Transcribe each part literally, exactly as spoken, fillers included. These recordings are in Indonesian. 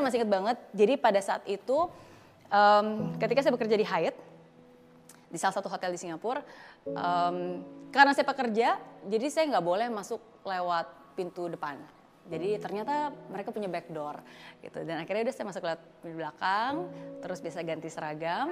masih ingat banget. Jadi pada saat itu um, ketika saya bekerja di Hyatt di salah satu hotel di Singapura, um, karena saya pekerja, jadi saya nggak boleh masuk lewat pintu depan. Jadi ternyata mereka punya backdoor gitu. Dan akhirnya udah saya masuk lewat pintu belakang, terus biasa ganti seragam.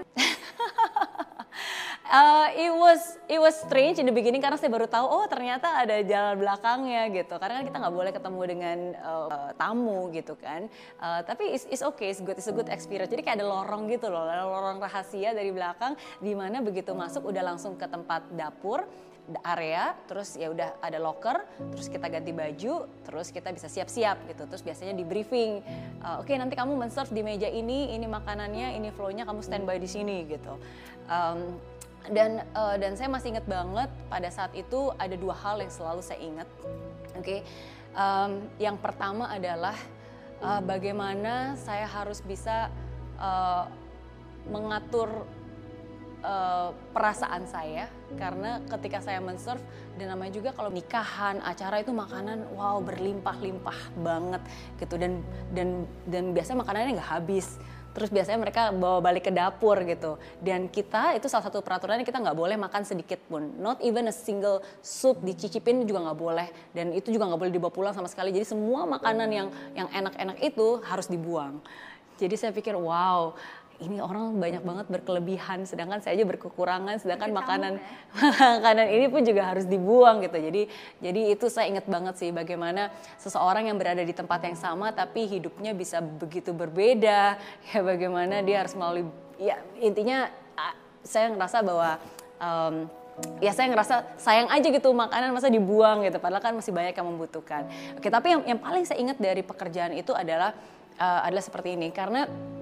Uh, it was it was strange in the beginning karena saya baru tahu oh ternyata ada jalan belakangnya gitu, karena kan kita nggak boleh ketemu dengan uh, tamu gitu kan, uh, tapi it's, it's okay, it's good, it's a good experience. Jadi kayak ada lorong gitu loh, lorong rahasia dari belakang di mana begitu masuk udah langsung ke tempat dapur area, terus ya udah ada locker, terus kita ganti baju, terus kita bisa siap-siap gitu, terus biasanya di briefing, uh, oke okay, nanti kamu men-serve di meja ini, ini makanannya, ini flow-nya, kamu standby di sini gitu. Um, Dan uh, dan saya masih ingat banget pada saat itu ada dua hal yang selalu saya ingat. Oke, okay? um, yang pertama adalah uh, bagaimana saya harus bisa uh, mengatur uh, perasaan saya, karena ketika saya men-serve dan namanya juga kalau nikahan acara itu makanan wow berlimpah-limpah banget gitu, dan dan dan biasanya makanannya nggak habis. Terus biasanya mereka bawa balik ke dapur gitu. Dan kita itu salah satu peraturannya kita nggak boleh makan sedikit pun. Not even a single soup dicicipin juga nggak boleh. Dan itu juga nggak boleh dibawa pulang sama sekali. Jadi semua makanan yang yang enak-enak itu harus dibuang. Jadi saya pikir wow, ini orang banyak banget berkelebihan, sedangkan saya aja berkekurangan, sedangkan Kita makanan ya? makanan ini pun juga harus dibuang gitu. Jadi jadi itu saya ingat banget sih bagaimana seseorang yang berada di tempat yang sama tapi hidupnya bisa begitu berbeda. Ya bagaimana dia harus melalui, ya intinya saya ngerasa bahwa um, ya saya ngerasa sayang aja gitu makanan masa dibuang gitu, padahal kan masih banyak yang membutuhkan. Oke, tapi yang yang paling saya ingat dari pekerjaan itu adalah uh, adalah seperti ini, karena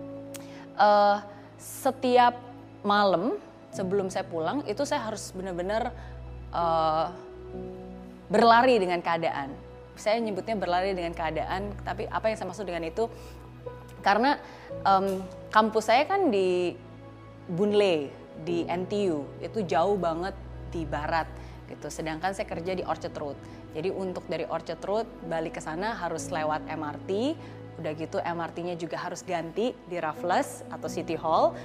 Uh, setiap malam sebelum saya pulang itu saya harus benar-benar uh, berlari dengan keadaan. Saya nyebutnya berlari dengan keadaan, tapi apa yang saya maksud dengan itu? Karena um, kampus saya kan di Boon Lay, di N T U, itu jauh banget di barat gitu. Sedangkan saya kerja di Orchard Road. Jadi untuk dari Orchard Road balik ke sana harus lewat M R T. Udah gitu M R T-nya juga harus ganti di Raffles atau City Hall,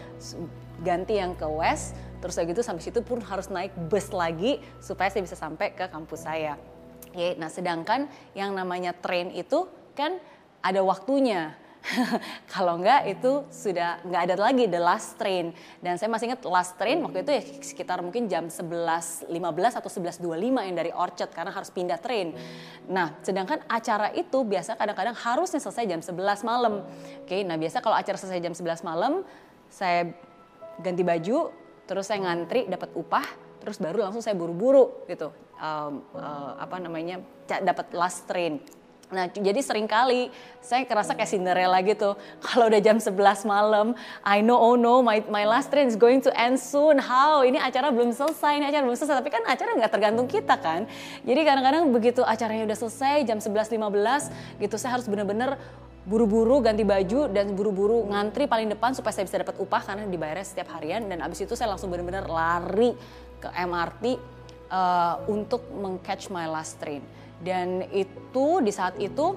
ganti yang ke West, terus udah gitu sampai situ pun harus naik bus lagi supaya saya bisa sampai ke kampus saya. Oke, nah sedangkan yang namanya train itu kan ada waktunya. Kalau enggak itu sudah enggak ada lagi the last train. Dan saya masih ingat last train waktu itu ya sekitar mungkin jam sebelas lima belas atau sebelas dua puluh lima yang dari Orchard karena harus pindah train. Nah sedangkan acara itu biasa kadang-kadang harusnya selesai jam sebelas malam. Oke, nah biasa kalau acara selesai jam sebelas malam saya ganti baju, terus saya ngantri dapat upah, terus baru langsung saya buru-buru gitu. Um, uh, apa namanya dapat last train. Nah jadi sering kali saya kerasa kayak Cinderella gitu, kalau udah jam sebelas malam, I know oh no my my last train is going to end soon, how ini acara belum selesai, ini acara belum selesai, tapi kan acara nggak tergantung kita kan. Jadi kadang-kadang begitu acaranya udah selesai jam sebelas lima belas gitu, saya harus bener-bener buru-buru ganti baju dan buru-buru ngantri paling depan supaya saya bisa dapat upah karena dibayarnya setiap harian. Dan abis itu saya langsung bener-bener lari ke M R T uh, untuk meng-catch my last train. Dan itu di saat itu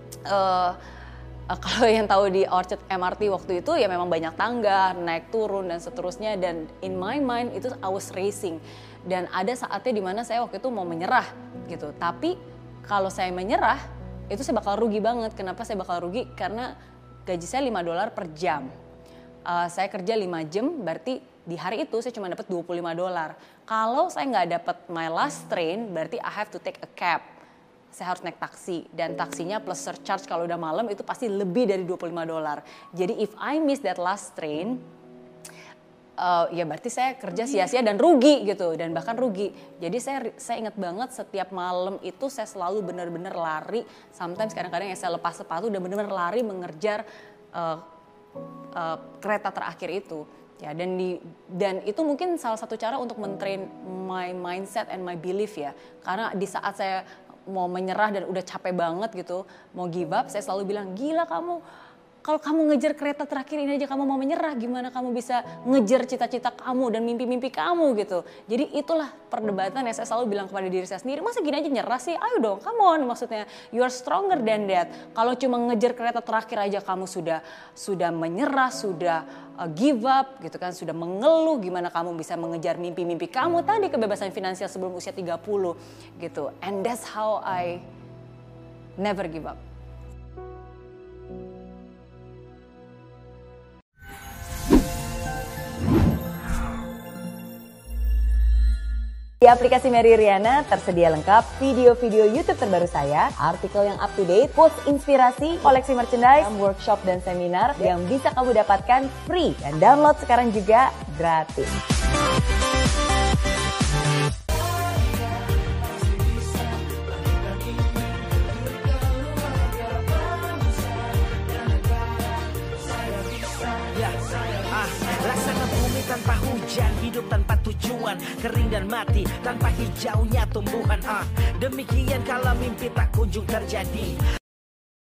uh, uh, kalau yang tahu di Orchard M R T waktu itu ya memang banyak tangga, naik turun dan seterusnya, dan in my mind itu I was racing. Dan ada saatnya di mana saya waktu itu mau menyerah gitu. Tapi kalau saya menyerah itu saya bakal rugi banget. Kenapa saya bakal rugi? Karena gaji saya lima dolar per jam. Uh, saya kerja lima jam, berarti di hari itu saya cuma dapat dua puluh lima dolar. Kalau saya nggak dapat my last train, berarti I have to take a cab. Saya harus naik taksi, dan taksinya plus surcharge kalau udah malam itu pasti lebih dari dua puluh lima dolar. Jadi if I miss that last train, uh, ya berarti saya kerja sia-sia dan rugi gitu, dan bahkan rugi. Jadi saya saya ingat banget setiap malam itu saya selalu benar-benar lari. Sometimes kadang-kadang yang saya lepas sepatu dan benar-benar lari mengejar uh, uh, kereta terakhir itu. Ya, dan di dan itu mungkin salah satu cara untuk mentrain my mindset and my belief ya. Karena di saat saya mau menyerah dan udah capek banget gitu, mau give up, saya selalu bilang, gila kamu, Kalau kamu ngejar kereta terakhir ini aja kamu mau menyerah, gimana kamu bisa ngejar cita-cita kamu dan mimpi-mimpi kamu gitu. Jadi itulah perdebatan yang saya selalu bilang kepada diri saya sendiri, masa gini aja nyerah sih? Ayo dong, come on, maksudnya you are stronger than that. Kalau cuma ngejar kereta terakhir aja kamu sudah sudah menyerah, sudah uh, give up gitu kan, sudah mengeluh, gimana kamu bisa mengejar mimpi-mimpi kamu tadi, kebebasan finansial sebelum usia tiga puluh gitu. And that's how I never give up. Di aplikasi Mary Riana tersedia lengkap video-video YouTube terbaru saya, artikel yang up to date, quotes inspirasi, koleksi merchandise, workshop dan seminar yang bisa kamu dapatkan free dan download sekarang juga gratis. Tanpa hujan, hidup tanpa tujuan, kering dan mati tanpa hijaunya tumbuhan. Ah, demikian kalau mimpi tak kunjung terjadi.